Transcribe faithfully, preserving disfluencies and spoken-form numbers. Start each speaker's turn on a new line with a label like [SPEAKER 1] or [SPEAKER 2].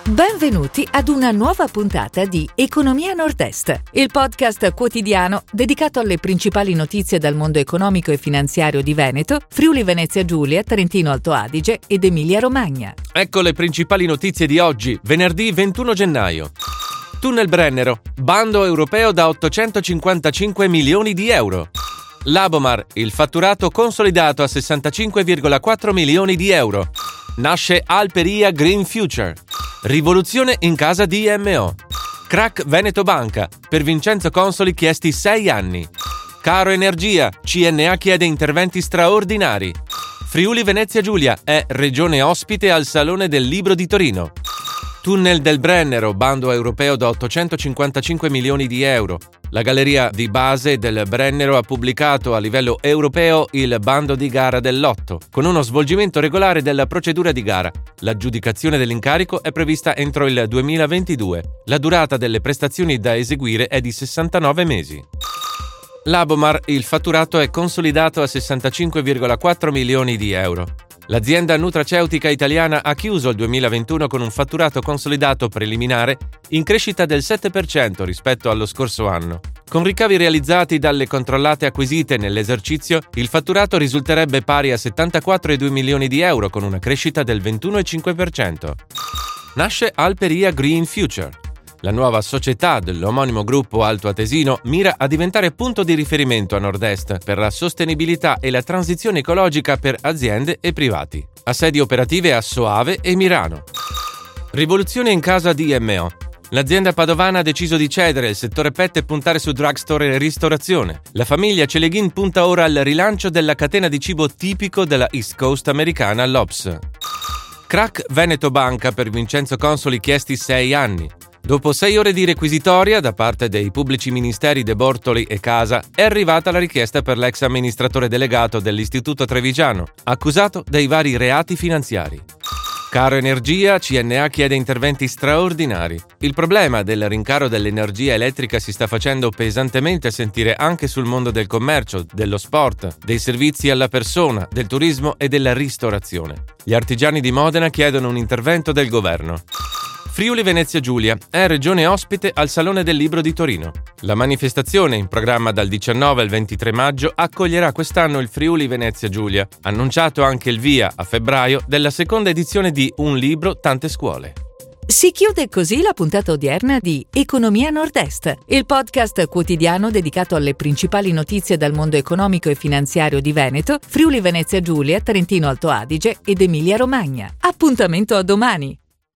[SPEAKER 1] Benvenuti ad una nuova puntata di Economia Nord-Est, il podcast quotidiano dedicato alle principali notizie dal mondo economico e finanziario di Veneto, Friuli Venezia Giulia, Trentino Alto Adige ed Emilia Romagna.
[SPEAKER 2] Ecco le principali notizie di oggi, venerdì ventuno gennaio. Tunnel Brennero, bando europeo da ottocentocinquantacinque milioni di euro. Labomar, il fatturato consolidato a sessantacinque virgola quattro milioni di euro. Nasce Alperia Green Future. Rivoluzione in casa D M O. Crack Veneto Banca, per Vincenzo Consoli chiesti sei anni. Caro Energia, C N A chiede interventi straordinari. Friuli Venezia Giulia è regione ospite al Salone del Libro di Torino. Tunnel del Brennero, bando europeo da ottocentocinquantacinque milioni di euro. La galleria di base del Brennero ha pubblicato a livello europeo il bando di gara del lotto, con uno svolgimento regolare della procedura di gara. L'aggiudicazione dell'incarico è prevista entro il duemilaventidue. La durata delle prestazioni da eseguire è di sessantanove mesi. Labomar, il fatturato è consolidato a sessantacinque virgola quattro milioni di euro. L'azienda nutraceutica italiana ha chiuso il duemilaventuno con un fatturato consolidato preliminare in crescita del sette per cento rispetto allo scorso anno. Con ricavi realizzati dalle controllate acquisite nell'esercizio, il fatturato risulterebbe pari a settantaquattro virgola due milioni di euro con una crescita del ventuno virgola cinque per cento. Nasce Alperia Green Future. La nuova società dell'omonimo gruppo altoatesino mira a diventare punto di riferimento a Nord-Est per la sostenibilità e la transizione ecologica per aziende e privati. Ha sedi operative a Soave e Milano. Rivoluzione in casa D M O. L'azienda padovana ha deciso di cedere il settore pet e puntare su drugstore e ristorazione. La famiglia Celeghin punta ora al rilancio della catena di cibo tipico della East Coast americana, l'O P S. Crack Veneto Banca, per Vincenzo Consoli chiesti sei anni. Dopo sei ore di requisitoria da parte dei pubblici ministeri De Bortoli e Casa, è arrivata la richiesta per l'ex amministratore delegato dell'Istituto Trevigiano, accusato dei vari reati finanziari. Caro Energia, C N A chiede interventi straordinari. Il problema del rincaro dell'energia elettrica si sta facendo pesantemente sentire anche sul mondo del commercio, dello sport, dei servizi alla persona, del turismo e della ristorazione. Gli artigiani di Modena chiedono un intervento del governo. Friuli Venezia Giulia è regione ospite al Salone del Libro di Torino. La manifestazione, in programma dal diciannove al ventitré maggio, accoglierà quest'anno il Friuli Venezia Giulia, annunciato anche il via, a febbraio, della seconda edizione di Un libro, tante scuole.
[SPEAKER 1] Si chiude così la puntata odierna di Economia Nord-Est, il podcast quotidiano dedicato alle principali notizie dal mondo economico e finanziario di Veneto, Friuli Venezia Giulia, Trentino Alto Adige ed Emilia Romagna. Appuntamento a domani!